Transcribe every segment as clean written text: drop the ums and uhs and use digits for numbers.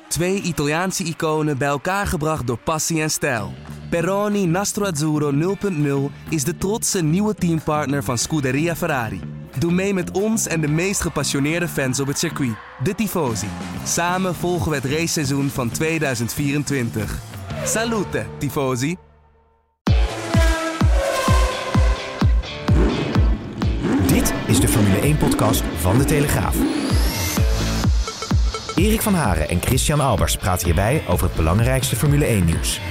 Twee Italiaanse iconen bij elkaar gebracht door passie en stijl. Peroni Nastro Azzurro 0.0 is de trotse nieuwe teampartner van Scuderia Ferrari. Doe mee met ons en de meest gepassioneerde fans op het circuit, de Tifosi. Samen volgen we het raceseizoen van 2024. Salute, Tifosi! Dit is de Formule 1-podcast van De Telegraaf. Erik van Haren en Christian Albers praten hierbij over het belangrijkste Formule 1-nieuws.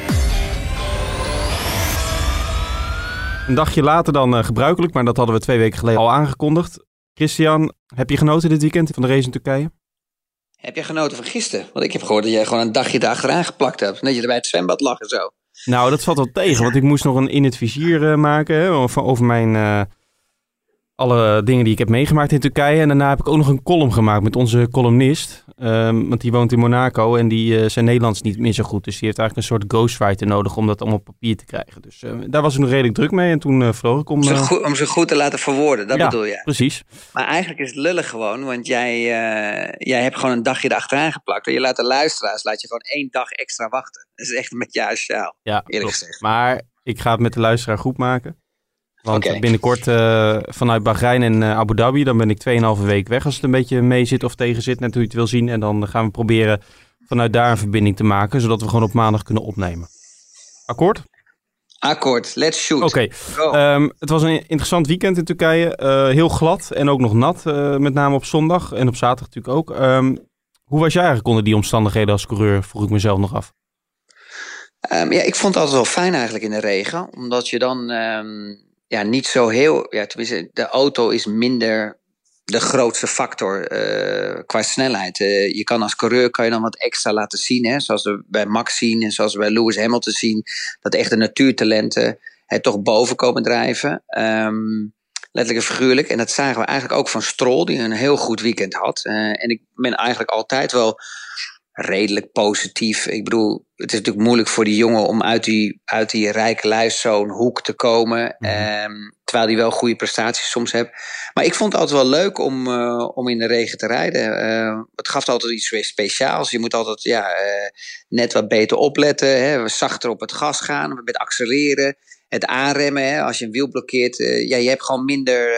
Een dagje later dan gebruikelijk, maar dat hadden we 2 weken geleden al aangekondigd. Christian, heb je genoten dit weekend van de race in Turkije? Heb jij genoten van gisteren? Want ik heb gehoord dat jij gewoon een dagje erachteraan geplakt hebt. Dat je er bij het zwembad lag en zo. Nou, dat valt wel tegen, want ik moest nog een in het vizier maken over mijn... alle dingen die ik heb meegemaakt in Turkije. En daarna heb ik ook nog een column gemaakt met onze columnist. Want die woont in Monaco en zijn Nederlands niet meer zo goed. Dus die heeft eigenlijk een soort ghostwriter nodig om dat allemaal op papier te krijgen. Dus daar was ik nog redelijk druk mee. En toen vloog ik om ze goed te laten verwoorden, dat bedoel je? Precies. Maar eigenlijk is het lullig gewoon, want jij hebt gewoon een dagje erachteraan geplakt. En je laat de luisteraars gewoon 1 dag extra wachten. Dat is echt een beetje asociaal, eerlijk gezegd. Maar ik ga het met de luisteraar goed maken. Want binnenkort vanuit Bahrein en Abu Dhabi, dan ben ik 2,5 week weg als het een beetje mee zit of tegen zit, net hoe je het wil zien. En dan gaan we proberen vanuit daar een verbinding te maken, zodat we gewoon op maandag kunnen opnemen. Akkoord? Akkoord, let's shoot. Oké. Het was een interessant weekend in Turkije. Heel glad en ook nog nat, met name op zondag en op zaterdag natuurlijk ook. Hoe was jij eigenlijk onder die omstandigheden als coureur, vroeg ik mezelf nog af. Ik vond het altijd wel fijn eigenlijk in de regen, omdat je dan... niet zo heel... tenminste, de auto is minder de grootste factor qua snelheid. Je kan als coureur dan wat extra laten zien. Hè, zoals we bij Max zien en zoals we bij Lewis Hamilton zien. Dat echt de natuurtalenten het toch boven komen drijven. Letterlijk en figuurlijk. En dat zagen we eigenlijk ook van Stroll, die een heel goed weekend had. En ik ben eigenlijk altijd wel redelijk positief. Ik bedoel, het is natuurlijk moeilijk voor die jongen om uit die rijke lijst zo'n hoek te komen. Terwijl hij wel goede prestaties soms heeft. Maar ik vond het altijd wel leuk om in de regen te rijden. Het gaf altijd iets weer speciaals. Je moet altijd net wat beter opletten. Hè. Zachter op het gas gaan. Met accelereren. Het aanremmen. Hè. Als je een wiel blokkeert. Je hebt gewoon minder...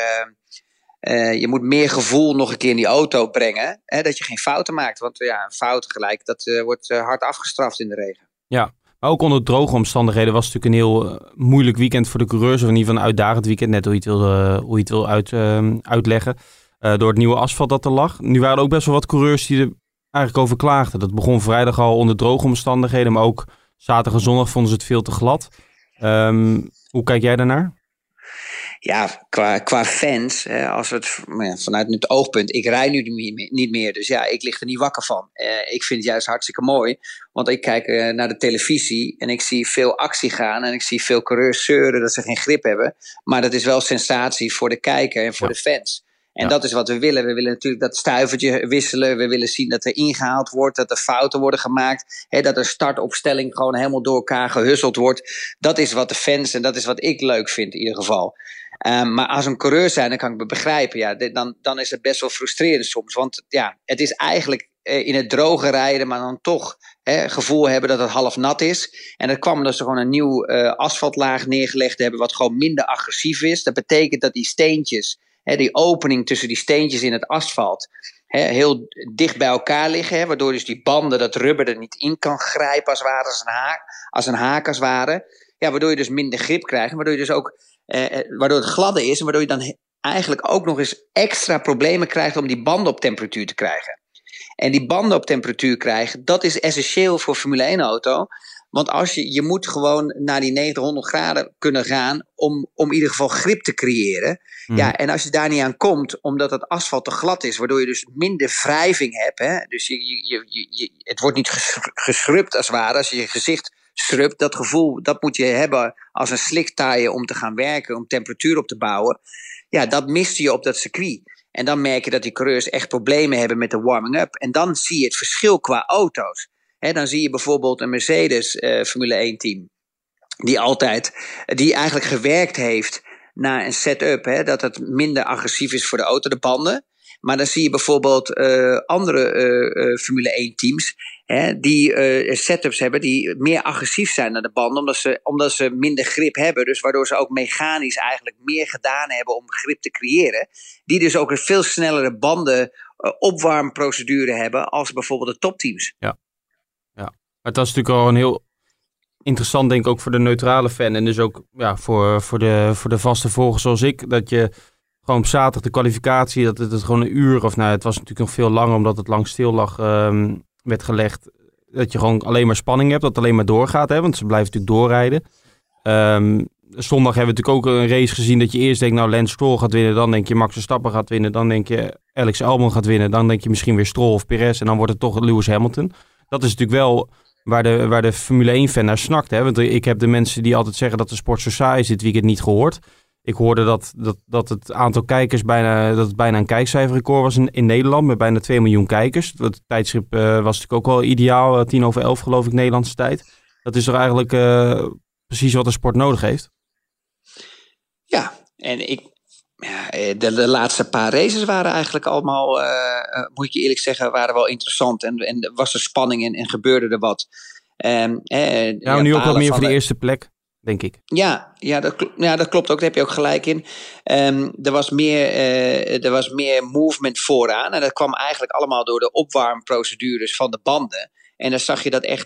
je moet meer gevoel nog een keer in die auto brengen. Hè, dat je geen fouten maakt. Want een fout gelijk, dat wordt hard afgestraft in de regen. Ja, maar ook onder droge omstandigheden was het natuurlijk een heel moeilijk weekend voor de coureurs. Of in ieder geval een uitdagend weekend, net hoe je het wil uitleggen. Door het nieuwe asfalt dat er lag. Nu waren er ook best wel wat coureurs die er eigenlijk over klaagden. Dat begon vrijdag al onder droge omstandigheden. Maar ook zaterdag en zondag vonden ze het veel te glad. Hoe kijk jij daarnaar? Ja, qua fans, als we het vanuit het oogpunt, ik rij nu niet meer, dus ik lig er niet wakker van. Ik vind het juist hartstikke mooi, want ik kijk naar de televisie en ik zie veel actie gaan en ik zie veel coureurs zeuren dat ze geen grip hebben. Maar dat is wel sensatie voor de kijker en voor de fans. En dat is wat we willen. We willen natuurlijk dat stuivertje wisselen. We willen zien dat er ingehaald wordt, dat er fouten worden gemaakt. Dat de startopstelling gewoon helemaal door elkaar gehusseld wordt. Dat is wat de fans en dat is wat ik leuk vind in ieder geval. Maar als een coureur zijn, dan kan ik me begrijpen. Dan is het best wel frustrerend soms. Want het is eigenlijk in het droge rijden, maar dan toch gevoel hebben dat het half nat is. En dat kwam omdat ze gewoon een nieuw asfaltlaag neergelegd hebben, wat gewoon minder agressief is. Dat betekent dat die steentjes, die opening tussen die steentjes in het asfalt, heel dicht bij elkaar liggen. Waardoor dus die banden, dat rubber er niet in kan grijpen als een haak als het ware. Waardoor je dus minder grip krijgt. Waardoor je dus ook... waardoor het gladder is en waardoor je dan eigenlijk ook nog eens extra problemen krijgt om die banden op temperatuur te krijgen. En die banden op temperatuur krijgen, dat is essentieel voor Formule 1 auto. Want als je moet gewoon naar die 900 graden kunnen gaan om in ieder geval grip te creëren. En als je daar niet aan komt, omdat het asfalt te glad is, waardoor je dus minder wrijving hebt. Hè? Dus het wordt niet geschrubt als het ware, als je je gezicht schrubt. Dat gevoel, dat moet je hebben als een sliktaaie om te gaan werken, om temperatuur op te bouwen. Dat miste je op dat circuit. En dan merk je dat die coureurs echt problemen hebben met de warming-up. En dan zie je het verschil qua auto's. Dan zie je bijvoorbeeld een Mercedes Formule 1 team. Die eigenlijk gewerkt heeft naar een setup. Dat het minder agressief is voor de auto, de banden. Maar dan zie je bijvoorbeeld andere Formule 1 teams die setups hebben die meer agressief zijn naar de banden, omdat ze minder grip hebben. Dus waardoor ze ook mechanisch eigenlijk meer gedaan hebben om grip te creëren. Die dus ook een veel snellere banden opwarmprocedure hebben als bijvoorbeeld de topteams. Ja. Maar dat is natuurlijk al een heel interessant, denk ik, ook voor de neutrale fan. En dus ook voor de vaste volgers zoals ik. Dat je gewoon op zaterdag de kwalificatie, dat het gewoon een uur of het was natuurlijk nog veel langer omdat het lang stil lag, werd gelegd. Dat je gewoon alleen maar spanning hebt, dat het alleen maar doorgaat. Want ze blijven natuurlijk doorrijden. Zondag hebben we natuurlijk ook een race gezien dat je eerst denkt, Lance Stroll gaat winnen. Dan denk je Max Verstappen gaat winnen. Dan denk je Alex Albon gaat winnen. Dan denk je misschien weer Stroll of Perez. En dan wordt het toch Lewis Hamilton. Dat is natuurlijk wel waar de Formule 1-fan naar snakt. Want ik heb de mensen die altijd zeggen dat de sport zo saai is dit weekend niet gehoord. Ik hoorde dat het aantal kijkers bijna een kijkcijferrecord was in Nederland. Met bijna 2 miljoen kijkers. Het tijdschip was natuurlijk ook wel ideaal. 10:11 geloof ik Nederlandse tijd. Dat is toch eigenlijk precies wat de sport nodig heeft? Ja, en de laatste paar races waren eigenlijk allemaal, moet ik je eerlijk zeggen, waren wel interessant. En was er spanning en gebeurde er wat. Nu ook wat meer voor de eerste plek, denk ik. Ja, dat klopt ook. Daar heb je ook gelijk in. Er was meer movement vooraan. En dat kwam eigenlijk allemaal door de opwarmprocedures van de banden. En dan zag je dat echt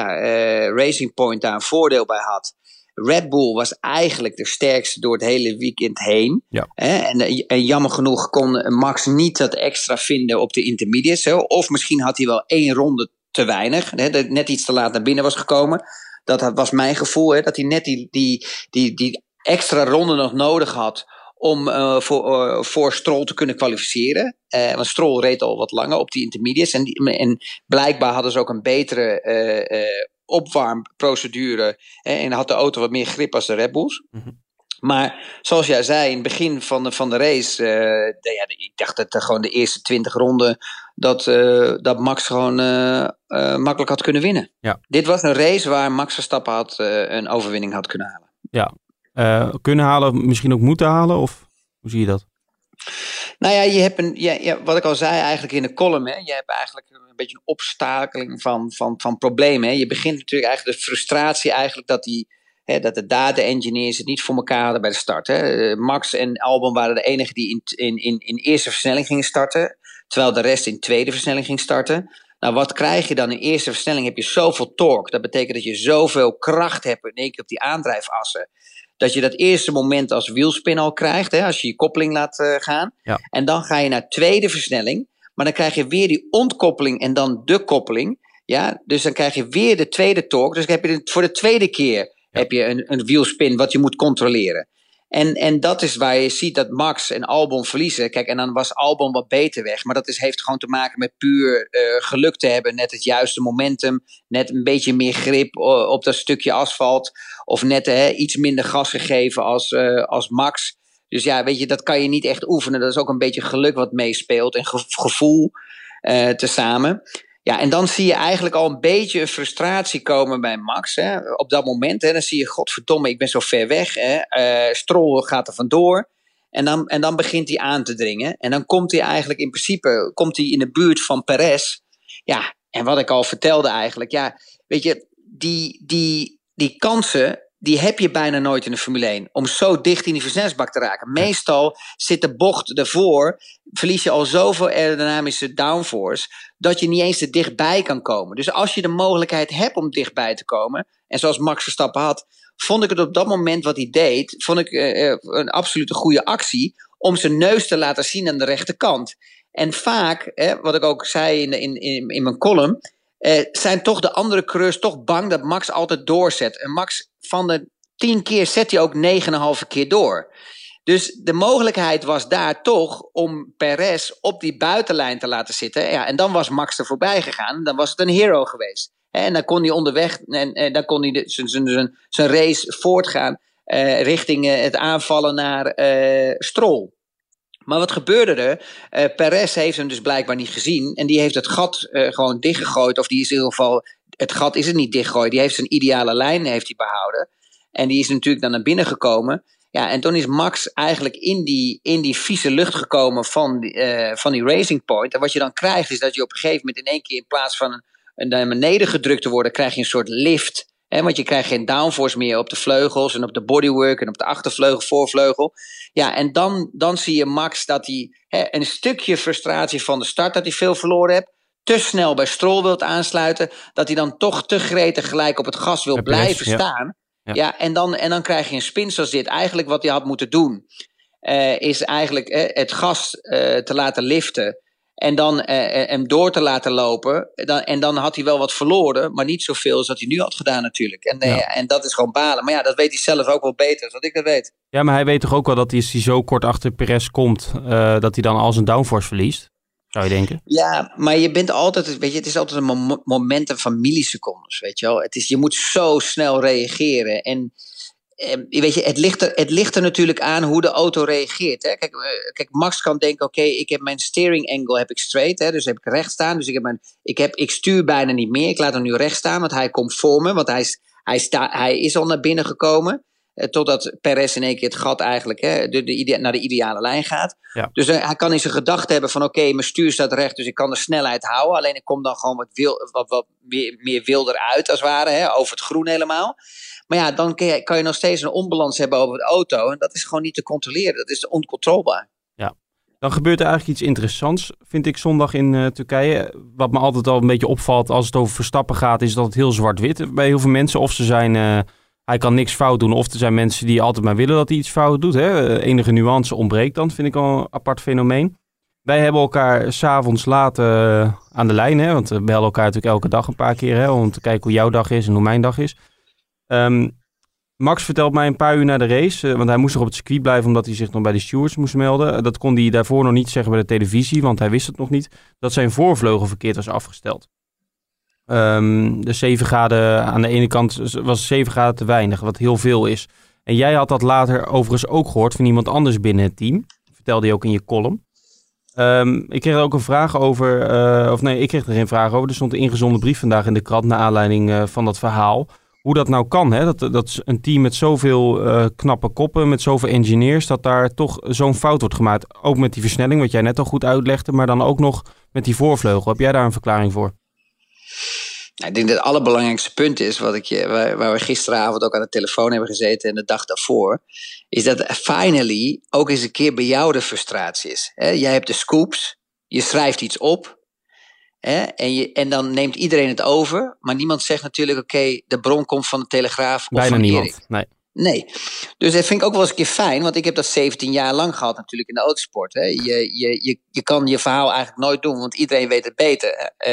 Racing Point daar een voordeel bij had. Red Bull was eigenlijk de sterkste door het hele weekend heen. Ja. En jammer genoeg kon Max niet dat extra vinden op de intermediates. Of misschien had hij wel 1 ronde te weinig. Net iets te laat naar binnen was gekomen. Dat was mijn gevoel. Dat hij net die extra ronde nog nodig had om voor Stroll te kunnen kwalificeren. Want Stroll reed al wat langer op die intermediates. En blijkbaar hadden ze ook een betere opwarmprocedure. En had de auto wat meer grip als de Red Bulls. Mm-hmm. Maar zoals jij zei, in het begin van de race, ik dacht dat gewoon de eerste 20 ronden dat Max gewoon makkelijk had kunnen winnen. Ja. Dit was een race waar Max Verstappen een overwinning had kunnen halen. Ja, kunnen halen, misschien ook moeten halen, of hoe zie je dat? Nou ja, je hebt wat ik al zei eigenlijk in de column, je hebt eigenlijk een beetje een opstakeling van problemen. Hè. Je begint natuurlijk eigenlijk de frustratie eigenlijk dat de data-engineers het niet voor elkaar hadden bij de start. Hè. Max en Albon waren de enigen die in eerste versnelling gingen starten, terwijl de rest in tweede versnelling ging starten. Nou, wat krijg je dan? In eerste versnelling heb je zoveel torque. Dat betekent dat je zoveel kracht hebt in één keer op die aandrijfassen. Dat je dat eerste moment als wielspin al krijgt, als je koppeling laat gaan. Ja. En dan ga je naar tweede versnelling. Maar dan krijg je weer die ontkoppeling en dan de koppeling. Ja? Dus dan krijg je weer de tweede torque. Dus dan heb je voor de tweede keer heb je een wielspin wat je moet controleren. En dat is waar je ziet dat Max en Albon verliezen. Kijk, en dan was Albon wat beter weg. Maar dat heeft gewoon te maken met puur geluk te hebben. Net het juiste momentum. Net een beetje meer grip op dat stukje asfalt. Of net iets minder gas gegeven als Max. Dus ja, weet je, dat kan je niet echt oefenen. Dat is ook een beetje geluk wat meespeelt. En gevoel tezamen. Ja, en dan zie je eigenlijk al een beetje een frustratie komen bij Max. Op dat moment. Dan zie je, godverdomme, ik ben zo ver weg. Stroll gaat er vandoor. En dan begint hij aan te dringen. En dan komt hij eigenlijk in principe in de buurt van Perez. Ja, en wat ik al vertelde eigenlijk. Ja, weet je, die kansen, die heb je bijna nooit in de Formule 1. Om zo dicht in die versnellingsbak te raken. Meestal zit de bocht ervoor. Verlies je al zoveel aerodynamische downforce. Dat je niet eens er dichtbij kan komen. Dus als je de mogelijkheid hebt om dichtbij te komen. En zoals Max Verstappen had. Vond ik het op dat moment wat hij deed. Vond ik een absolute goede actie. Om zijn neus te laten zien aan de rechterkant. En vaak, wat ik ook zei in mijn column. Zijn toch de andere coureurs toch bang dat Max altijd doorzet. En Max van de 10 keer zet hij ook 9,5 keer door. Dus de mogelijkheid was daar toch om Perez op die buitenlijn te laten zitten. Ja, en dan was Max er voorbij gegaan. Dan was het een hero geweest. En dan kon hij onderweg en dan kon hij zijn race voortgaan richting het aanvallen naar Stroll. Maar wat gebeurde er? Perez heeft hem dus blijkbaar niet gezien. En die heeft het gat gewoon dichtgegooid. Of die is in ieder geval, het gat is het niet dichtgegooid. Die heeft zijn ideale lijn heeft hij behouden. En die is natuurlijk dan naar binnen gekomen. Ja, en toen is Max eigenlijk in die vieze lucht gekomen van die Racing Point. En wat je dan krijgt is dat je op een gegeven moment in één keer in plaats van naar beneden gedrukt te worden, krijg je een soort lift. Want je krijgt geen downforce meer op de vleugels en op de bodywork en op de achtervleugel, voorvleugel. Ja, en dan zie je Max dat hij een stukje frustratie van de start, dat hij veel verloren heeft, te snel bij Stroll wilt aansluiten, dat hij dan toch te gretig gelijk op het gas wil blijven staan. Ja, en dan krijg je een spin zoals dit. Eigenlijk wat hij had moeten doen, is eigenlijk het gas te laten liften en dan hem door te laten lopen. En dan had hij wel wat verloren, maar niet zoveel als dat hij nu had gedaan natuurlijk. En dat is gewoon balen. Maar ja, dat weet hij zelf ook wel beter, zodat ik dat weet. Ja, maar hij weet toch ook wel dat als hij zo kort achter Perez komt, dat hij dan al zijn downforce verliest? Zou je denken? Ja, maar je bent altijd, weet je, het is altijd een momentum van millisecondes, weet je wel. Je moet zo snel reageren. En weet je, het ligt er natuurlijk aan hoe de auto reageert. Hè? Kijk, Max kan denken, oké, ik heb mijn steering angle heb ik straight, hè, dus heb ik recht staan. Dus ik stuur bijna niet meer. Ik laat hem nu recht staan, want hij komt voor me, want hij is al naar binnen gekomen. Totdat Perez in één keer het gat eigenlijk naar de ideale lijn gaat. Ja. Dus hij kan in zijn gedachten hebben van oké, mijn stuur staat recht, dus ik kan de snelheid houden. Alleen ik kom dan gewoon wat meer wilder uit als het ware, over het groen helemaal. Maar ja, dan kan je nog steeds een onbalans hebben over de auto. En dat is gewoon niet te controleren. Dat is oncontroleerbaar. Ja, dan gebeurt er eigenlijk iets interessants, vind ik, zondag in Turkije. Wat me altijd al een beetje opvalt als het over Verstappen gaat, is dat het heel zwart-wit bij heel veel mensen. Of ze zijn... Hij kan niks fout doen. Of er zijn mensen die altijd maar willen dat hij iets fout doet. Hè? Enige nuance ontbreekt dan, vind ik al een apart fenomeen. Wij hebben elkaar 's avonds laat aan de lijn. Hè? Want we bellen elkaar natuurlijk elke dag een paar keer. Hè? Om te kijken hoe jouw dag is en hoe mijn dag is. Max vertelt mij een paar uur na de race. Want hij moest nog op het circuit blijven omdat hij zich nog bij de stewards moest melden. Dat kon hij daarvoor nog niet zeggen bij de televisie. Want hij wist het nog niet. Dat zijn voorvleugel verkeerd was afgesteld. De 7 graden aan de ene kant was 7 graden te weinig, wat heel veel is. En jij had dat later overigens ook gehoord van iemand anders binnen het team. Vertelde je ook in je column. Ik kreeg er ook een vraag over, ik kreeg er geen vraag over. Er stond een ingezonden brief vandaag in de krant naar aanleiding van dat verhaal. Hoe dat nou kan, hè? Dat een team met zoveel knappe koppen, met zoveel engineers, dat daar toch zo'n fout wordt gemaakt. Ook met die versnelling, wat jij net al goed uitlegde, maar dan ook nog met die voorvleugel. Heb jij daar een verklaring voor? Nou, ik denk dat het allerbelangrijkste punt is, waar we gisteravond ook aan de telefoon hebben gezeten en de dag daarvoor, is dat finally ook eens een keer bij jou de frustratie is. Jij hebt de scoops, je schrijft iets op en dan neemt iedereen het over, maar niemand zegt natuurlijk oké, de bron komt van de Telegraaf of bijna van niemand. Erik. Nee. Dus dat vind ik ook wel eens een keer fijn, want ik heb dat 17 jaar lang gehad natuurlijk in de autosport. Hè. Je kan je verhaal eigenlijk nooit doen, want iedereen weet het beter.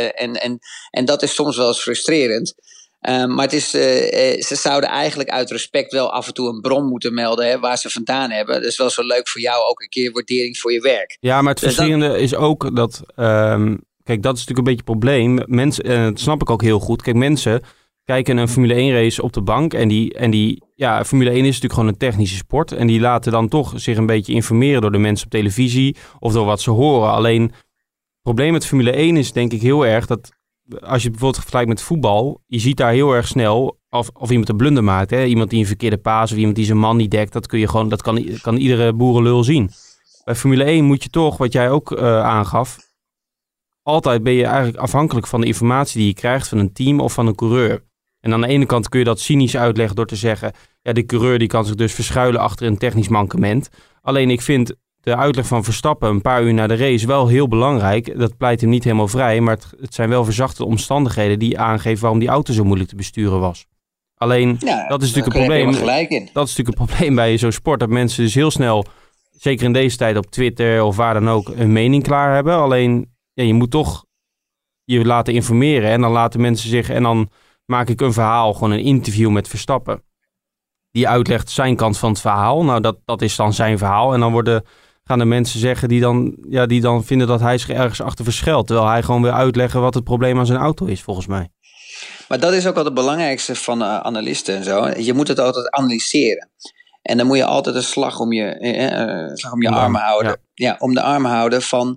En dat is soms wel eens frustrerend. Maar het is, ze zouden eigenlijk uit respect wel af en toe een bron moeten melden waar ze vandaan hebben. Dat is wel zo leuk voor jou, ook een keer waardering voor je werk. Ja, maar het frustrerende is ook dat... kijk, dat is natuurlijk een beetje het probleem. Mensen, dat snap ik ook heel goed. Kijk, mensen kijken een Formule 1 race op de bank en Formule 1 is natuurlijk gewoon een technische sport. En die laten dan toch zich een beetje informeren door de mensen op televisie of door wat ze horen. Alleen het probleem met Formule 1 is denk ik heel erg dat als je bijvoorbeeld vergelijkt met voetbal, je ziet daar heel erg snel of iemand een blunder maakt. Hè? Iemand die een verkeerde paas of iemand die zijn man niet dekt, dat kan iedere boerenlul zien. Bij Formule 1 moet je toch, wat jij ook aangaf, altijd ben je eigenlijk afhankelijk van de informatie die je krijgt van een team of van een coureur. En aan de ene kant kun je dat cynisch uitleggen door te zeggen, ja, de coureur die kan zich dus verschuilen achter een technisch mankement. Alleen ik vind de uitleg van Verstappen een paar uur na de race wel heel belangrijk. Dat pleit hem niet helemaal vrij, maar het zijn wel verzachte omstandigheden die aangeven waarom die auto zo moeilijk te besturen was. Alleen, dat is natuurlijk een probleem. Dat is natuurlijk een probleem bij zo'n sport, dat mensen dus heel snel, zeker in deze tijd op Twitter of waar dan ook, een mening klaar hebben. Alleen, ja, je moet toch je laten informeren en dan laten mensen zich, en dan maak ik een verhaal, gewoon een interview met Verstappen. Die uitlegt zijn kant van het verhaal. Nou, dat is dan zijn verhaal. En dan gaan de mensen zeggen die dan vinden dat hij zich ergens achter verschuilt. Terwijl hij gewoon wil uitleggen wat het probleem aan zijn auto is, volgens mij. Maar dat is ook wel het belangrijkste van analisten en zo. Je moet het altijd analyseren. En dan moet je altijd een slag om je armen houden. Ja, om de armen houden van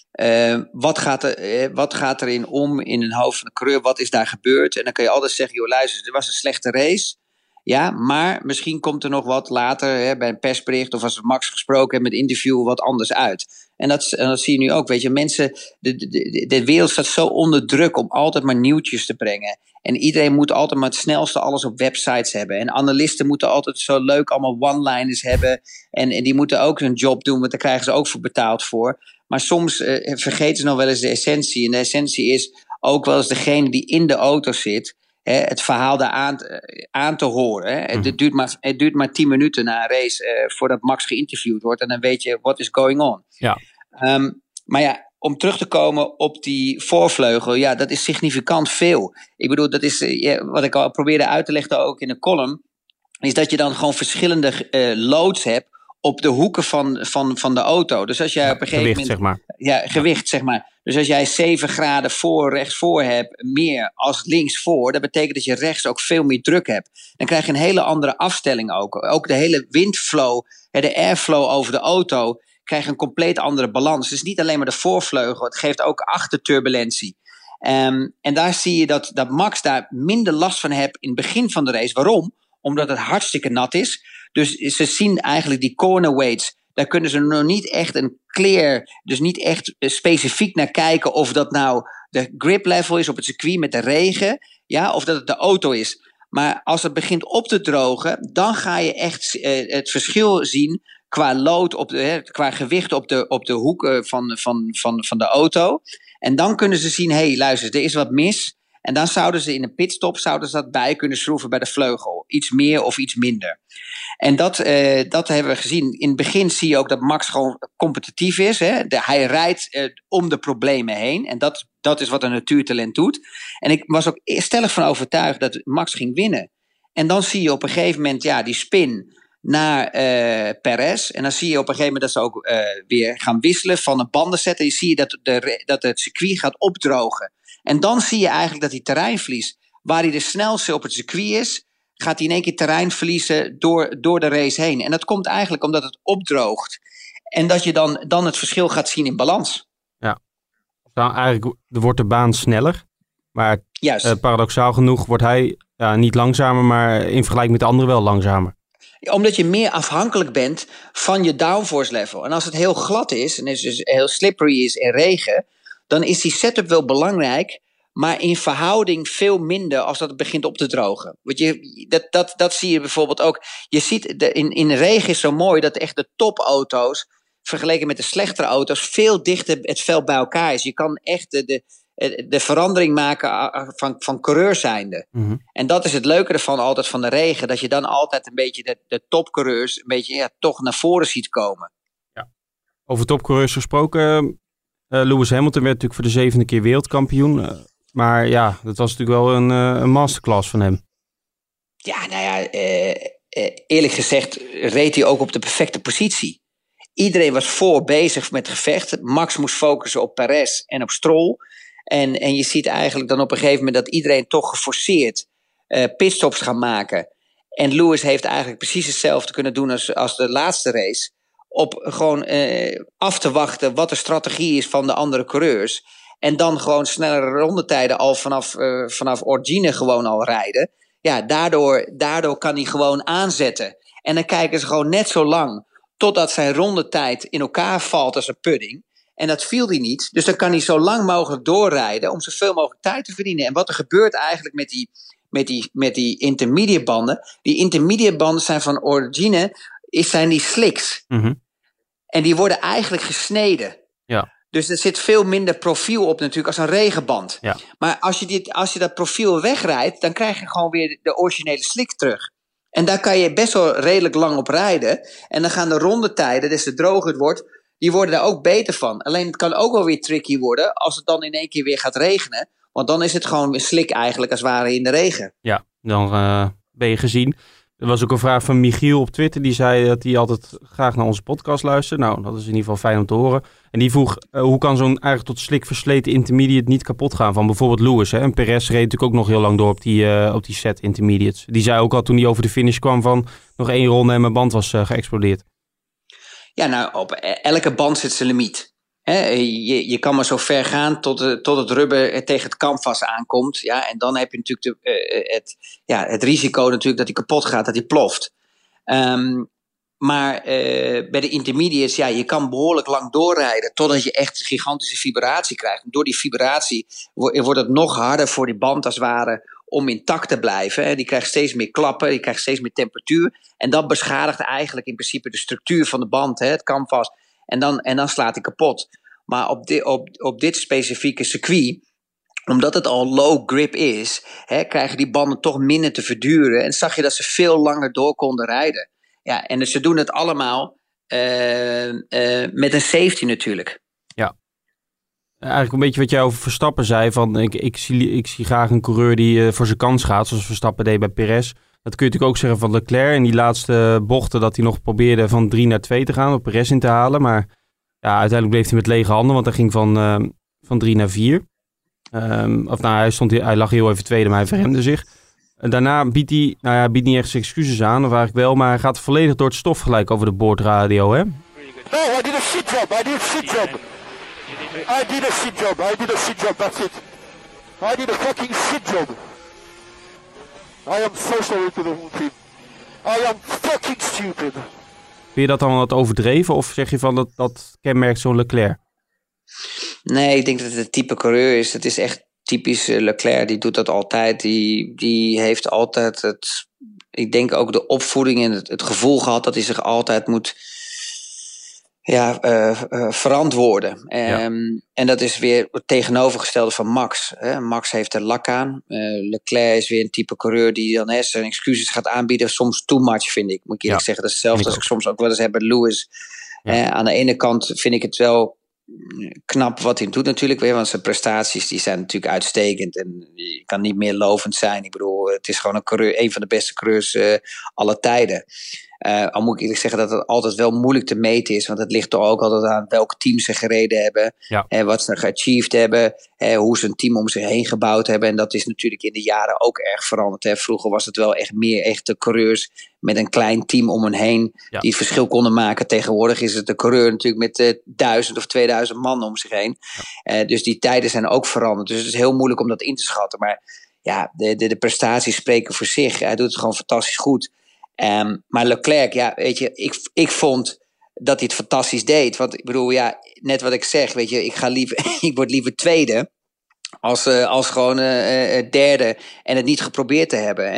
wat gaat erin om in een hoofd van de coureur? Wat is daar gebeurd? En dan kun je altijd zeggen, joh, luister, het was een slechte race. Ja, maar misschien komt er nog wat later bij een persbericht of als we Max gesproken hebben met interview wat anders uit. En dat zie je nu ook. Weet je, mensen, de wereld staat zo onder druk om altijd maar nieuwtjes te brengen. En iedereen moet altijd maar het snelste alles op websites hebben. En analisten moeten altijd zo leuk allemaal one-liners hebben. En die moeten ook hun job doen, want daar krijgen ze ook voor betaald voor. Maar soms vergeten ze nog wel eens de essentie. En de essentie is ook wel eens degene die in de auto zit, het verhaal daar aan te horen. Het duurt maar 10 minuten na een race voordat Max geïnterviewd wordt. En dan weet je, what is going on? Ja. Maar ja, om terug te komen op die voorvleugel, ja, dat is significant veel. Ik bedoel, dat is wat ik al probeerde uit te leggen ook in de column, is dat je dan gewoon verschillende loads hebt op de hoeken van de auto. Dus als jij op een gegeven moment, zeg maar. Ja, gewicht, zeg maar. Dus als jij 7 graden rechtsvoor hebt, meer als linksvoor, dat betekent dat je rechts ook veel meer druk hebt. Dan krijg je een hele andere afstelling ook. Ook de hele windflow, de airflow over de auto, krijg je een compleet andere balans. Dus niet alleen maar de voorvleugel, het geeft ook achterturbulentie. En daar zie je dat Max daar minder last van heeft in het begin van de race. Waarom? Omdat het hartstikke nat is. Dus ze zien eigenlijk die corner weights. Daar kunnen ze nog niet echt dus niet echt specifiek naar kijken of dat nou de grip level is op het circuit met de regen. Ja, of dat het de auto is. Maar als het begint op te drogen, dan ga je echt het verschil zien qua load, qua gewicht op de hoeken van de auto. En dan kunnen ze zien, hey, luister, er is wat mis. En dan zouden ze in een pitstop dat bij kunnen schroeven bij de vleugel. Iets meer of iets minder. En dat hebben we gezien. In het begin zie je ook dat Max gewoon competitief is. Hij rijdt om de problemen heen. En dat is wat een natuurtalent doet. En ik was ook stellig van overtuigd dat Max ging winnen. En dan zie je op een gegeven moment die spin naar Perez. En dan zie je op een gegeven moment dat ze ook weer gaan wisselen van een bandenset. En je zie je dat het circuit gaat opdrogen. En dan zie je eigenlijk dat hij terreinverlies, waar hij de snelste op het circuit is, gaat hij in één keer terrein verliezen door de race heen. En dat komt eigenlijk omdat het opdroogt. En dat je dan het verschil gaat zien in balans. Ja, nou, eigenlijk wordt de baan sneller. Maar paradoxaal genoeg wordt hij niet langzamer, maar in vergelijking met de anderen wel langzamer. Omdat je meer afhankelijk bent van je downforce level. En als het heel glad is en het dus heel slippery is en regen, dan is die setup wel belangrijk, maar in verhouding veel minder als dat het begint op te drogen. Want dat zie je bijvoorbeeld ook. Je ziet, in regen is zo mooi dat echt de topauto's, vergeleken met de slechtere auto's, veel dichter het veld bij elkaar is. Je kan echt de verandering maken van coureur zijnde. Mm-hmm. En dat is het leuke ervan altijd van de regen, dat je dan altijd een beetje de topcoureurs een beetje toch naar voren ziet komen. Ja. Over topcoureurs gesproken, Lewis Hamilton werd natuurlijk voor de 7e keer wereldkampioen. Maar ja, dat was natuurlijk wel een masterclass van hem. Ja, nou ja, eerlijk gezegd reed hij ook op de perfecte positie. Iedereen was voor bezig met het gevecht. Max moest focussen op Perez en op Stroll. En je ziet eigenlijk dan op een gegeven moment dat iedereen toch geforceerd pitstops gaat maken. En Lewis heeft eigenlijk precies hetzelfde kunnen doen als de laatste race. Op gewoon af te wachten wat de strategie is van de andere coureurs. En dan gewoon snellere rondetijden al vanaf origine gewoon al rijden. Ja, daardoor kan hij gewoon aanzetten. En dan kijken ze gewoon net zo lang totdat zijn rondetijd in elkaar valt als een pudding. En dat viel hij niet. Dus dan kan hij zo lang mogelijk doorrijden om zoveel mogelijk tijd te verdienen. En wat er gebeurt eigenlijk met die intermediate banden. Die intermediate banden zijn van origine, zijn die slicks. Mm-hmm. En die worden eigenlijk gesneden. Ja. Dus er zit veel minder profiel op natuurlijk als een regenband. Ja. Maar als je dat profiel wegrijdt, dan krijg je gewoon weer de originele slick terug. En daar kan je best wel redelijk lang op rijden. En dan gaan de rondetijden, des te droger het wordt, die worden daar ook beter van. Alleen het kan ook wel weer tricky worden als het dan in één keer weer gaat regenen. Want dan is het gewoon weer slik eigenlijk als het ware in de regen. Ja, dan ben je gezien. Er was ook een vraag van Michiel op Twitter. Die zei dat hij altijd graag naar onze podcast luistert. Nou, dat is in ieder geval fijn om te horen. En die vroeg, hoe kan zo'n eigenlijk tot slik versleten intermediate niet kapot gaan? Van bijvoorbeeld Lewis. Hè? En Perez reed natuurlijk ook nog heel lang door op die set intermediates. Die zei ook al toen hij over de finish kwam van nog 1 ronde en mijn band was geëxplodeerd. Ja, nou, op elke band zit zijn limiet. Je kan maar zo ver gaan tot het rubber tegen het canvas aankomt. Ja, en dan heb je natuurlijk het risico natuurlijk dat hij kapot gaat, dat hij ploft. Maar bij de intermediates, je kan behoorlijk lang doorrijden totdat je echt gigantische vibratie krijgt. En door die vibratie wordt het nog harder voor die band als het ware om intact te blijven. Hè. Die krijgt steeds meer klappen, die krijgt steeds meer temperatuur. En dat beschadigt eigenlijk in principe de structuur van de band, het canvas. En dan slaat hij kapot. Maar op dit specifieke circuit, omdat het al low grip is, krijgen die banden toch minder te verduren. En zag je dat ze veel langer door konden rijden. Ja, en dus ze doen het allemaal met een safety natuurlijk. Ja. Eigenlijk een beetje wat jij over Verstappen zei. Van ik zie graag een coureur die voor zijn kans gaat, zoals Verstappen deed bij Perez. Dat kun je natuurlijk ook zeggen van Leclerc. In die laatste bochten dat hij nog probeerde van 3 naar 2 te gaan, op Perez in te halen. Maar uiteindelijk bleef hij met lege handen, want hij ging van 3 naar 4. Hij lag heel even tweede, maar hij verremde zich. En daarna biedt hij niet echt zijn excuses aan, of eigenlijk wel, maar hij gaat volledig door het stof gelijk over de boordradio, hè? No, I did a shit job. I did a shit job. That's it. I did a fucking shit job. I am so sorry to the whole team. I am fucking stupid. Vind je dat dan wat overdreven, of zeg je van dat kenmerkt zo'n Leclerc? Nee, ik denk dat het een type coureur is. Het is echt typisch Leclerc, die doet dat altijd. Die heeft altijd ik denk ook de opvoeding en het gevoel gehad dat hij zich altijd moet verantwoorden. En dat is weer het tegenovergestelde van Max. Max heeft er lak aan. Leclerc is weer een type coureur die dan zijn excuses gaat aanbieden. Soms too much, vind ik. Moet ik eerlijk zeggen. Dat is hetzelfde als ik soms ook wel eens heb met Lewis. Aan de ene kant vind ik het wel knap wat hij doet natuurlijk weer, want zijn prestaties die zijn natuurlijk uitstekend en je kan niet meer lovend zijn. Ik bedoel, het is gewoon een van de beste coureurs aller tijden. Al moet ik eerlijk zeggen dat het altijd wel moeilijk te meten is, want het ligt toch ook altijd aan welke teams ze gereden hebben, wat ze geachieved hebben, hoe ze een team om zich heen gebouwd hebben. En dat is natuurlijk in de jaren ook erg veranderd. Vroeger was het wel echt meer echte coureurs met een klein team om hen heen die het verschil konden maken. Tegenwoordig is het de coureur natuurlijk met 1000 of 2000 man om zich heen. Dus die tijden zijn ook veranderd. Dus het is heel moeilijk om dat in te schatten. Maar ja, de prestaties spreken voor zich. Hij doet het gewoon fantastisch goed. Maar Leclerc, weet je, ik vond dat hij het fantastisch deed. Want ik bedoel, net wat ik zeg, weet je, ik word liever tweede als gewoon derde en het niet geprobeerd te hebben.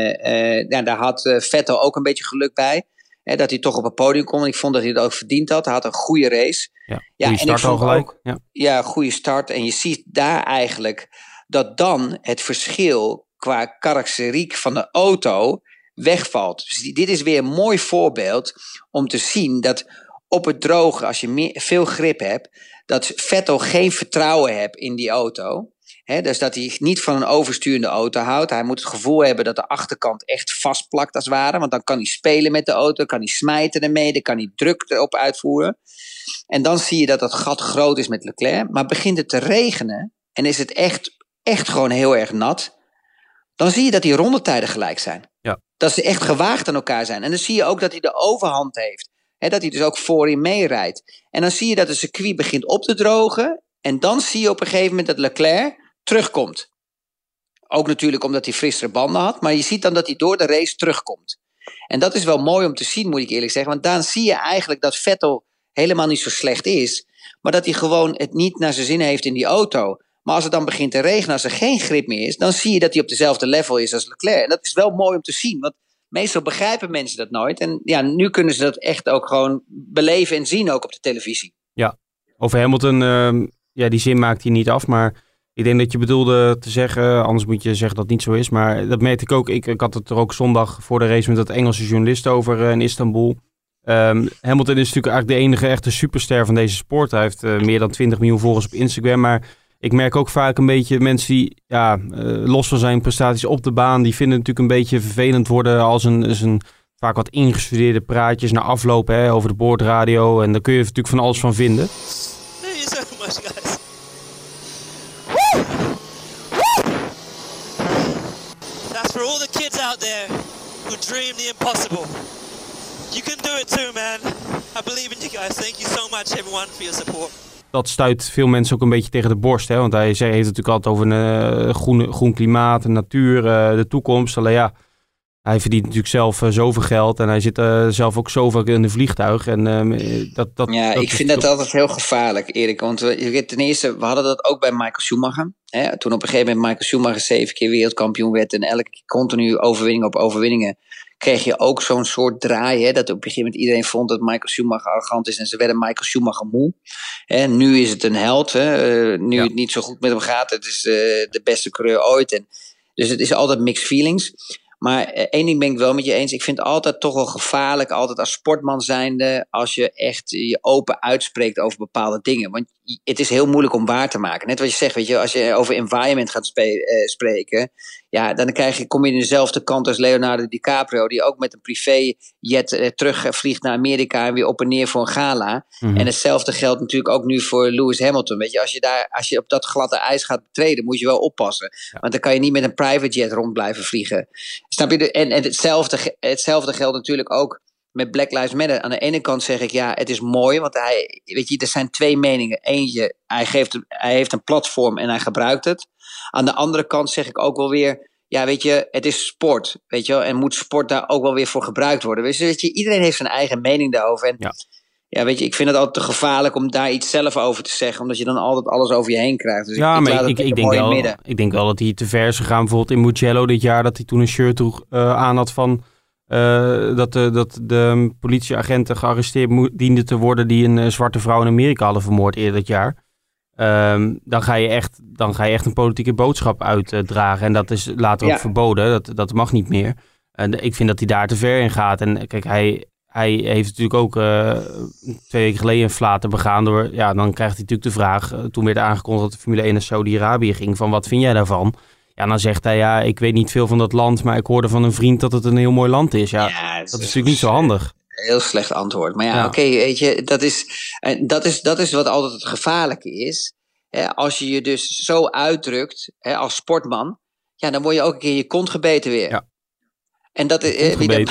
En daar had Vettel ook een beetje geluk bij. Dat hij toch op het podium kon. Ik vond dat hij het ook verdiend had. Hij had een goede race. Goede start al gelijk. Goede start. En je ziet daar eigenlijk dat dan het verschil qua karakteriek van de auto wegvalt. Dus dit is weer een mooi voorbeeld om te zien dat op het droge, als je veel grip hebt, dat Vettel geen vertrouwen heeft in die auto. Dus dat hij niet van een oversturende auto houdt. Hij moet het gevoel hebben dat de achterkant echt vastplakt als het ware. Want dan kan hij spelen met de auto, kan hij smijten ermee, dan kan hij druk erop uitvoeren. En dan zie je dat dat gat groot is met Leclerc. Maar begint het te regenen en is het echt gewoon heel erg nat, dan zie je dat die rondetijden gelijk zijn. Ja. Dat ze echt gewaagd aan elkaar zijn. En dan zie je ook dat hij de overhand heeft. Dat hij dus ook voorin meerijdt. En dan zie je dat het circuit begint op te drogen. En dan zie je op een gegeven moment dat Leclerc terugkomt. Ook natuurlijk omdat hij frissere banden had. Maar je ziet dan dat hij door de race terugkomt. En dat is wel mooi om te zien, moet ik eerlijk zeggen. Want dan zie je eigenlijk dat Vettel helemaal niet zo slecht is. Maar dat hij gewoon het niet naar zijn zin heeft in die auto. Maar als het dan begint te regenen, als er geen grip meer is, dan zie je dat hij op dezelfde level is als Leclerc. En dat is wel mooi om te zien, want meestal begrijpen mensen dat nooit. En nu kunnen ze dat echt ook gewoon beleven en zien, ook op de televisie. Ja, over Hamilton, die zin maakt hij niet af, maar ik denk dat je bedoelde te zeggen, anders moet je zeggen dat het niet zo is. Maar dat merkte ik ook. Ik had het er ook zondag voor de race met dat Engelse journalist over in Istanbul. Hamilton is natuurlijk eigenlijk de enige echte superster van deze sport. Hij heeft meer dan 20 miljoen volgers op Instagram, maar ik merk ook vaak een beetje mensen die, los van zijn prestaties op de baan, die vinden het natuurlijk een beetje vervelend worden als een vaak wat ingestudeerde praatjes na afloop over de boordradio. En daar kun je natuurlijk van alles van vinden. Thank you so much, guys. That's for all the kids out there who dream the impossible. You can do it too, man. I believe in you guys. Thank you so much, everyone, for your support. dat stuit veel mensen ook een beetje tegen de borst. Hè? Want hij heeft het natuurlijk altijd over een groen klimaat, de natuur, de toekomst. Alleen ja, hij verdient natuurlijk zelf zoveel geld en hij zit zelf ook zoveel in een vliegtuig. En, ik vind dat altijd heel gevaarlijk, Erik. Want ten eerste, we hadden dat ook bij Michael Schumacher. Hè? Toen op een gegeven moment Michael Schumacher 7 keer wereldkampioen werd en elke keer continu overwinning op overwinningen, kreeg je ook zo'n soort draai. Hè? Dat op een gegeven moment iedereen vond dat Michael Schumacher arrogant is en ze werden Michael Schumacher moe. En nu is het een held. Hè? Nu het niet zo goed met hem gaat. Het is de beste coureur ooit. Dus het is altijd mixed feelings. Maar één ding ben ik wel met je eens. Ik vind het altijd toch wel gevaarlijk, altijd als sportman zijnde, als je echt je open uitspreekt over bepaalde dingen. Want het is heel moeilijk om waar te maken. Net wat je zegt, weet je, als je over environment gaat spreken, ja, dan kom je in dezelfde kant als Leonardo DiCaprio, die ook met een privéjet terugvliegt naar Amerika en weer op en neer voor een gala. Mm-hmm. En hetzelfde geldt natuurlijk ook nu voor Lewis Hamilton. Weet je, als je op dat gladde ijs gaat betreden, moet je wel oppassen. Ja. Want dan kan je niet met een private jet rond blijven vliegen. Snap je? En hetzelfde geldt natuurlijk ook met Black Lives Matter. Aan de ene kant zeg ik, ja, het is mooi, want er zijn twee meningen. Eentje, hij heeft een platform en hij gebruikt het. Aan de andere kant zeg ik ook wel weer, ja, weet je, het is sport, weet je wel, en moet sport daar ook wel weer voor gebruikt worden. Weet je, iedereen heeft zijn eigen mening daarover. En ja, weet je, ik vind het altijd te gevaarlijk om daar iets zelf over te zeggen, omdat je dan altijd alles over je heen krijgt. Dus ik denk wel dat hij te ver is gegaan. Bijvoorbeeld in Mugello dit jaar, dat hij toen een shirt droeg aan had van dat de politieagenten gearresteerd dienden te worden die een zwarte vrouw in Amerika hadden vermoord eerder dit jaar. Dan ga je echt een politieke boodschap uitdragen. En dat is later ook verboden. Dat mag niet meer. Ik vind dat hij daar te ver in gaat. En kijk, hij heeft natuurlijk ook 2 weken geleden een flater begaan door. Ja, dan krijgt hij natuurlijk de vraag. Toen werd aangekondigd dat de Formule 1 naar Saudi-Arabië ging. Van wat vind jij daarvan? Ja, dan zegt hij, ja, ik weet niet veel van dat land, maar ik hoorde van een vriend dat het een heel mooi land is. Ja, dat is natuurlijk niet zo handig. Heel slecht antwoord. Maar oké, weet je, dat is wat altijd het gevaarlijke is. Als je je dus zo uitdrukt als sportman, ja, dan word je ook een keer je kont gebeten weer. Ja. En dat is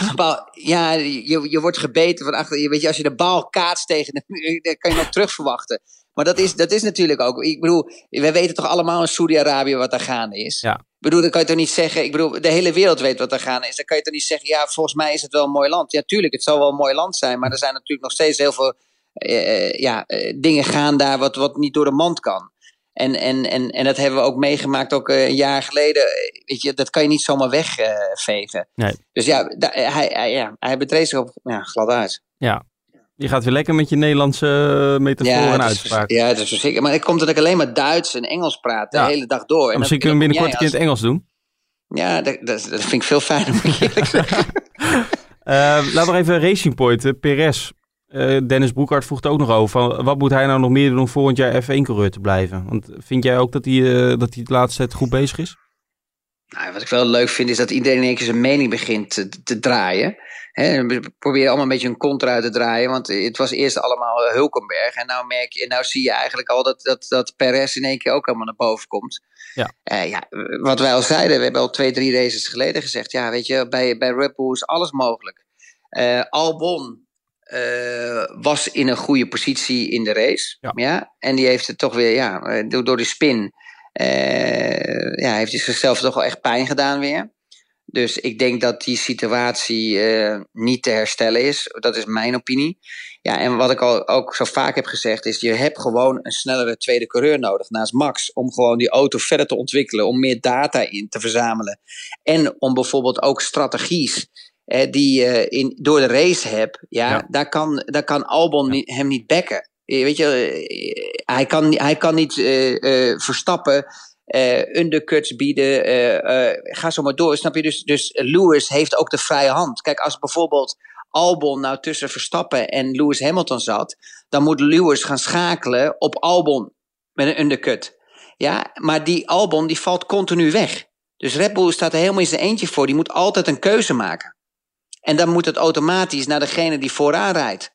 je wordt gebeten van achter. Weet je, als je de bal kaatst tegen de muur, dan kan je nog terug verwachten. Maar dat is natuurlijk ook. Ik bedoel, we weten toch allemaal in Saudi-Arabië wat daar gaande is. Ja. Ik bedoel, dan kan je toch niet zeggen. Ik bedoel, de hele wereld weet wat daar gaande is. Dan kan je toch niet zeggen, ja, volgens mij is het wel een mooi land. Ja, tuurlijk, het zal wel een mooi land zijn. Maar er zijn natuurlijk nog steeds heel veel dingen gaan daar wat niet door de mand kan. En dat hebben we ook meegemaakt, ook een jaar geleden. Weet je, dat kan je niet zomaar wegvegen. Nee. Dus ja, hij betreedt zich op glad uit. Ja. Je gaat weer lekker met je Nederlandse metaforen en uitspraken. Ja, dat is zeker. Maar het komt dat ik alleen maar Duits en Engels praat de hele dag door. En misschien kunnen we binnenkort een keer in het Engels doen. Ja, dat vind ik veel fijner, moet ik eerlijk zeggen. Laten we even Racing Point, Perez. Dennis Broekhart vroeg ook nog over. Wat moet hij nou nog meer doen om volgend jaar F1-coureur te blijven? Want vind jij ook dat hij de laatste tijd goed bezig is? Nou, wat ik wel leuk vind is dat iedereen in één keer zijn mening begint te draaien. We proberen allemaal een beetje een contra uit te draaien. Want het was eerst allemaal Hulkenberg. En nou zie je eigenlijk al dat Perez in één keer ook allemaal naar boven komt. Ja. Wat wij al zeiden, we hebben al 2-3 races geleden gezegd. Ja, weet je, bij Red Bull is alles mogelijk. Albon was in een goede positie in de race. Ja? En die heeft het toch weer, door de spin, heeft hij zichzelf toch wel echt pijn gedaan weer. Dus ik denk dat die situatie niet te herstellen is. Dat is mijn opinie. Ja, en wat ik ook zo vaak heb gezegd is, je hebt gewoon een snellere tweede coureur nodig naast Max. Om gewoon die auto verder te ontwikkelen. Om meer data in te verzamelen. En om bijvoorbeeld ook strategies die je door de race hebt. Daar kan Albon hem niet backen. Weet je, hij kan niet Verstappen undercuts bieden, ga zo maar door, snap je? Dus Lewis heeft ook de vrije hand. Kijk, als bijvoorbeeld Albon nou tussen Verstappen en Lewis Hamilton zat, dan moet Lewis gaan schakelen op Albon met een undercut. Ja, maar die Albon die valt continu weg. Dus Red Bull staat er helemaal in zijn eentje voor. Die moet altijd een keuze maken. En dan moet het automatisch naar degene die vooraan rijdt.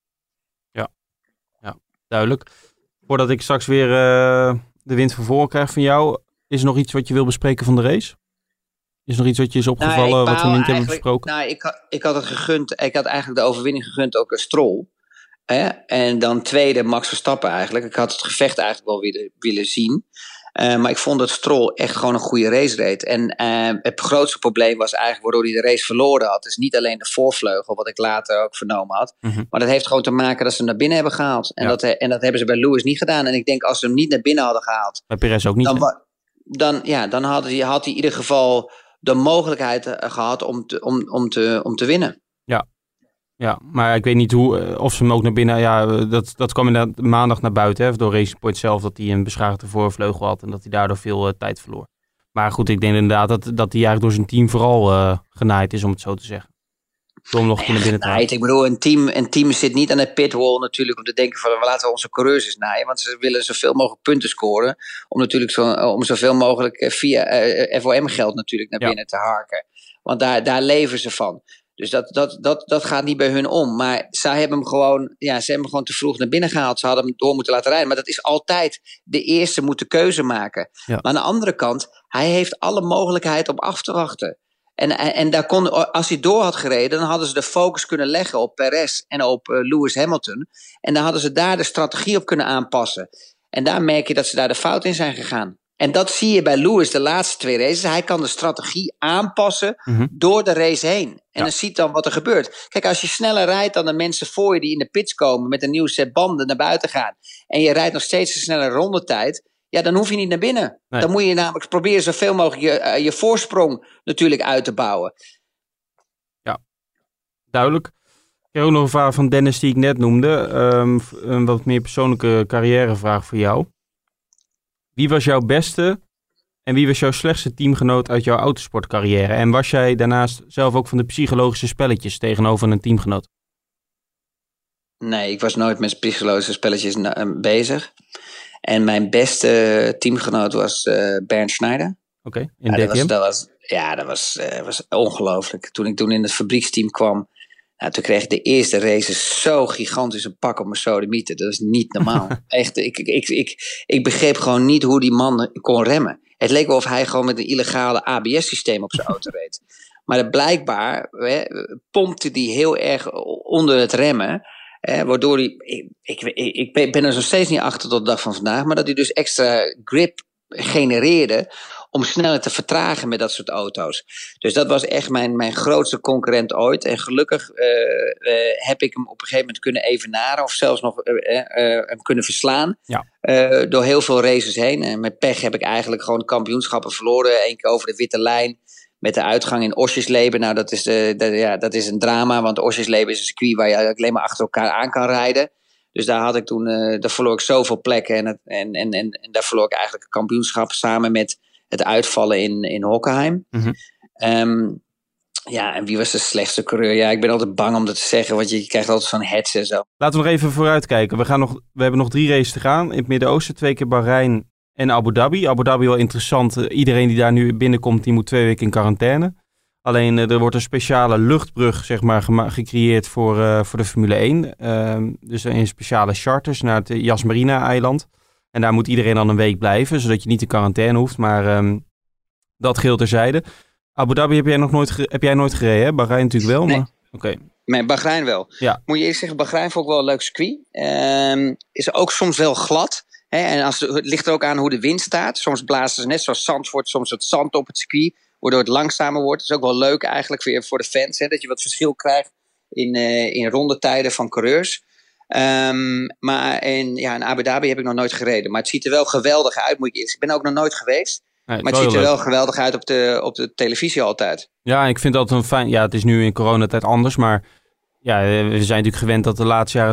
Ja, duidelijk. Voordat ik straks weer de wind van voren krijg van jou, is er nog iets wat je wil bespreken van de race? Is er nog iets wat je is opgevallen wat we niet hebben besproken? Nou, ik had het gegund. Ik had eigenlijk de overwinning gegund ook een Stroll. En dan tweede Max Verstappen eigenlijk. Ik had het gevecht eigenlijk wel willen zien. Maar ik vond dat Stroll echt gewoon een goede race reed. En het grootste probleem was eigenlijk waardoor hij de race verloren had. Dus niet alleen de voorvleugel, wat ik later ook vernomen had. Mhm. Maar dat heeft gewoon te maken dat ze hem naar binnen hebben gehaald. En, dat hebben ze bij Lewis niet gedaan. En ik denk als ze hem niet naar binnen hadden gehaald... Bij Perez ook niet. Dan had hij in ieder geval de mogelijkheid gehad om te winnen. Ja, maar ik weet niet of ze hem ook naar binnen... Ja, dat kwam inderdaad maandag naar buiten. Hè, door Racing Point zelf, dat hij een beschadigde voorvleugel had. En dat hij daardoor veel tijd verloor. Maar goed, ik denk inderdaad dat hij eigenlijk door zijn team vooral genaaid is, om het zo te zeggen. Door hem nog naar binnen te halen. Ik bedoel, een team zit niet aan de pitwall natuurlijk om te denken van laten we onze coureurs eens naaien. Want ze willen zoveel mogelijk punten scoren. Om natuurlijk om zoveel mogelijk via FOM geld natuurlijk naar binnen te harken. Want daar leven ze van. Dus dat gaat niet bij hun om. Maar zij hebben hem gewoon te vroeg naar binnen gehaald. Ze hadden hem door moeten laten rijden. Maar dat is altijd de eerste moet de keuze maken. Ja. Maar aan de andere kant, hij heeft alle mogelijkheid om af te wachten. En daar als hij door had gereden, dan hadden ze de focus kunnen leggen op Perez en op Lewis Hamilton. En dan hadden ze daar de strategie op kunnen aanpassen. En daar merk je dat ze daar de fout in zijn gegaan. En dat zie je bij Lewis de laatste 2 races. Hij kan de strategie aanpassen door de race heen. En dan ziet dan wat er gebeurt. Kijk, als je sneller rijdt dan de mensen voor je die in de pits komen met een nieuw set banden naar buiten gaan. En je rijdt nog steeds een snelle rondetijd. Ja, dan hoef je niet naar binnen. Nee. Dan moet je namelijk proberen zoveel mogelijk je voorsprong natuurlijk uit te bouwen. Ja, duidelijk. Ik heb ook nog een vraag van Dennis die ik net noemde. Een wat meer persoonlijke carrièrevraag voor jou. Wie was jouw beste en wie was jouw slechtste teamgenoot uit jouw autosportcarrière? En was jij daarnaast zelf ook van de psychologische spelletjes tegenover een teamgenoot? Nee, ik was nooit met psychologische spelletjes bezig. En mijn beste teamgenoot was Bernd Schneider. Oké, in DTM? Dat was ongelooflijk. Toen ik in het fabrieksteam kwam, toen kreeg ik de eerste races zo gigantisch een pak op mijn sodemieten. Dat is niet normaal. Echt, ik begreep gewoon niet hoe die man kon remmen. Het leek wel of hij gewoon met een illegale ABS-systeem op zijn auto reed. Maar blijkbaar pompte hij heel erg onder het remmen. Waardoor hij, ik ben er nog steeds niet achter tot de dag van vandaag, maar dat hij dus extra grip genereerde om sneller te vertragen met dat soort auto's. Dus dat was echt mijn grootste concurrent ooit. En gelukkig heb ik hem op een gegeven moment kunnen evenaren of zelfs nog hem kunnen verslaan. Ja. Door heel veel races heen. En met pech heb ik eigenlijk gewoon kampioenschappen verloren. 1 keer over de witte lijn. Met de uitgang in Osjesleben. Nou, dat is een drama. Want Osjesleben is een circuit waar je alleen maar achter elkaar aan kan rijden. Dus daar had ik toen, daar verloor ik zoveel plekken. En daar verloor ik eigenlijk een kampioenschap samen met het uitvallen in Hockenheim. Mm-hmm. En wie was de slechtste coureur? Ja, ik ben altijd bang om dat te zeggen, want je krijgt altijd zo'n hets en zo. Laten we nog even vooruitkijken. We hebben nog 3 races te gaan. In het Midden-Oosten 2 keer Bahrein en Abu Dhabi. Abu Dhabi wel interessant. Iedereen die daar nu binnenkomt, die moet 2 weken in quarantaine. Alleen er wordt een speciale luchtbrug zeg maar, gecreëerd voor de Formule 1. Dus een speciale charters naar het Yas Marina-eiland. En daar moet iedereen dan een week blijven, zodat je niet in quarantaine hoeft. Maar dat geheel terzijde. Abu Dhabi heb jij nooit gereden, hè? Bahrein natuurlijk wel. Nee. Maar... Okay. Nee, Bahrein wel. Ja. Moet je eerst zeggen, Bahrein vond ik wel een leuk circuit. Is ook soms wel glad. Hè? En het ligt er ook aan hoe de wind staat. Soms blazen ze net zoals Zandvoort, soms het zand op het circuit, waardoor het langzamer wordt. Dat is ook wel leuk eigenlijk weer voor de fans. Hè? Dat je wat verschil krijgt in rondetijden van coureurs. Maar in Abu Dhabi heb ik nog nooit gereden. Maar het ziet er wel geweldig uit, moet ik eerst. Ik ben ook nog nooit geweest. Nee, maar het ziet er wel geweldig uit op de televisie altijd. Ja, ik vind dat een fijn... Ja, het is nu in coronatijd anders, maar... Ja, we zijn natuurlijk gewend dat de laatste jaren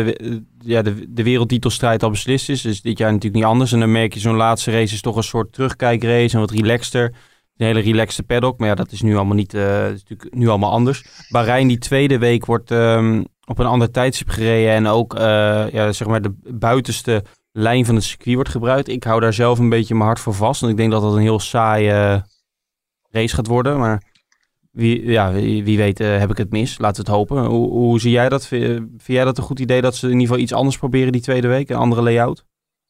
de wereldtitelstrijd al beslist is. Dus dit jaar natuurlijk niet anders. En dan merk je zo'n laatste race is toch een soort terugkijkrace en wat relaxter. Een hele relaxte paddock. Maar ja, dat is nu allemaal niet... is natuurlijk nu allemaal anders. Bahrein die tweede week wordt op een ander tijdstip gereden. En ook zeg maar de buitenste lijn van het circuit wordt gebruikt. Ik hou daar zelf een beetje mijn hart voor vast. Want ik denk dat dat een heel saaie race gaat worden. Maar wie weet heb ik het mis. Laten we het hopen. Hoe zie jij dat? Vind jij dat een goed idee dat ze in ieder geval iets anders proberen die tweede week? Een andere layout?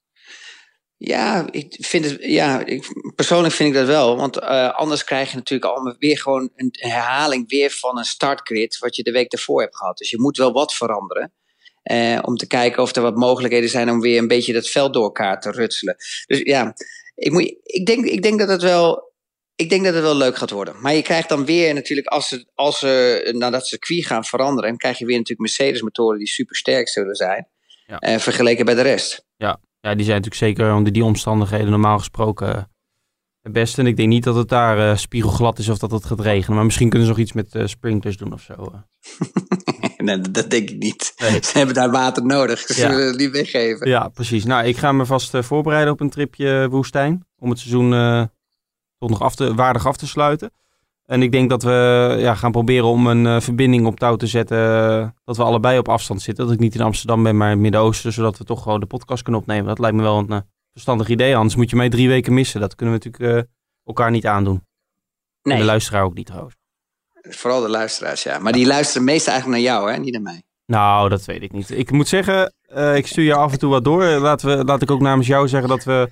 Ja, persoonlijk vind ik dat wel. Want anders krijg je natuurlijk allemaal weer gewoon een herhaling weer van een startgrid wat je de week daarvoor hebt gehad. Dus je moet wel wat veranderen. Om te kijken of er wat mogelijkheden zijn om weer een beetje dat veld door elkaar te rutselen. Dus ja, ik denk dat het wel... Ik denk dat het wel leuk gaat worden. Maar je krijgt dan weer natuurlijk, als ze nadat ze circuit gaan veranderen, dan krijg je weer natuurlijk Mercedes-motoren die super sterk zullen zijn. Ja. Vergeleken bij de rest. Ja, die zijn natuurlijk zeker onder die omstandigheden normaal gesproken het beste. En ik denk niet dat het daar spiegelglad is of dat het gaat regenen. Maar misschien kunnen ze nog iets met sprinklers doen of zo. Nee, dat denk ik niet. Nee. Ze hebben daar water nodig. Ze zullen het niet weggeven. Ja, precies. Nou, ik ga me vast voorbereiden op een tripje woestijn. Om het seizoen toch nog waardig af te sluiten. En ik denk dat we gaan proberen om een verbinding op touw te zetten. Dat we allebei op afstand zitten. Dat ik niet in Amsterdam ben, maar in het Midden-Oosten. Zodat we toch gewoon de podcast kunnen opnemen. Dat lijkt me wel een verstandig idee. Anders moet je mij 3 weken missen. Dat kunnen we natuurlijk elkaar niet aandoen. Nee. En de luisteraar ook niet trouwens. Vooral de luisteraars, ja. Maar die luisteren meestal eigenlijk naar jou, hè? Niet naar mij. Nou, dat weet ik niet. Ik moet zeggen, ik stuur je af en toe wat door. Laat ik ook namens jou zeggen dat we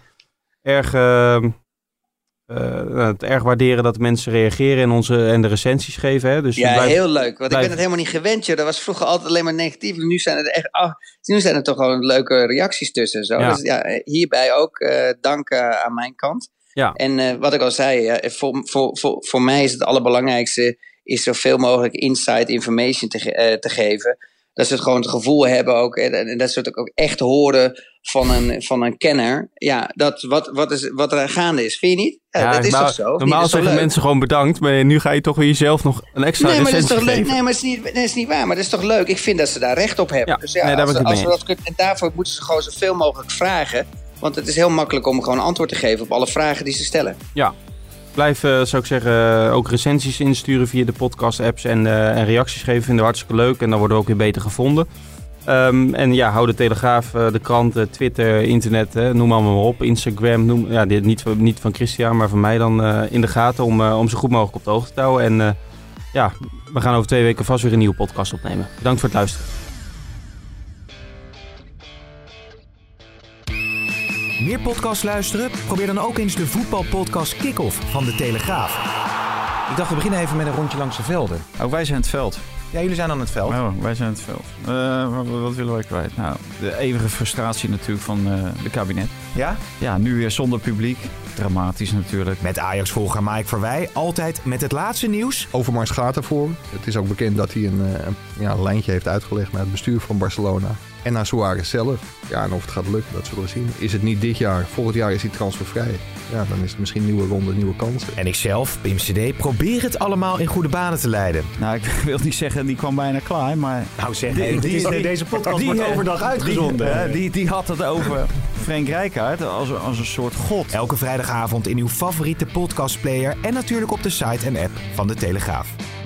het erg waarderen dat mensen reageren en de recensies geven. Hè? Dus heel leuk. Want ik ben het helemaal niet gewend. Joh. Dat was vroeger altijd alleen maar negatief. Nu zijn er toch gewoon leuke reacties tussen. Zo. Ja. Dus hierbij ook dank aan mijn kant. Ja. En wat ik al zei, voor mij is het allerbelangrijkste is zoveel mogelijk inside information te geven. Dat ze het gewoon het gevoel hebben ook. En dat ze het ook echt horen van een kenner. Ja, wat er gaande is. Vind je niet? Ja, dat is toch zo? Normaal zeggen mensen gewoon bedankt. Maar nu ga je toch weer jezelf nog een extra recensie geven. Nee, maar dat is niet waar. Maar dat is toch leuk? Ik vind dat ze daar recht op hebben. Ja, dus en daarvoor moeten ze gewoon zoveel mogelijk vragen. Want het is heel makkelijk om gewoon antwoord te geven op alle vragen die ze stellen. Ja. Blijf, zou ik zeggen, ook recensies insturen via de podcast-apps en reacties geven. Vinden we hartstikke leuk en dan worden we ook weer beter gevonden. Hou de Telegraaf, de krant, Twitter, internet, noem allemaal maar op. Instagram, niet van Christian, maar van mij dan in de gaten om zo goed mogelijk op de hoogte te houden. En we gaan over 2 weken vast weer een nieuwe podcast opnemen. Bedankt voor het luisteren. Meer podcasts luisteren? Probeer dan ook eens de voetbalpodcast Kick-Off van de Telegraaf. Ik dacht, we beginnen even met een rondje langs de velden. Oh, wij zijn het veld. Ja, jullie zijn aan het veld. Oh, wij zijn het veld. Wat willen wij kwijt? Nou, de eeuwige frustratie natuurlijk van de kabinet. Ja? Ja, nu weer zonder publiek. Dramatisch natuurlijk. Met Ajax-volger Mike Verwij, altijd met het laatste nieuws. Overmars gaat ervoor. Het is ook bekend dat hij een lijntje heeft uitgelegd naar het bestuur van Barcelona. En naar Suarez zelf. Ja, en of het gaat lukken, dat zullen we zien. Is het niet dit jaar? Volgend jaar is hij transfervrij. Ja, dan is het misschien een nieuwe ronde, nieuwe kansen. En ikzelf, Pim CD, probeer het allemaal in goede banen te leiden. Nou, ik wil niet zeggen, die kwam bijna klaar, maar... Nou zeg, deze podcast wordt overdag uitgezonden. Die had het over Frank Rijkaard als een soort god. Elke vrijdagavond in uw favoriete podcastplayer en natuurlijk op de site en app van de Telegraaf.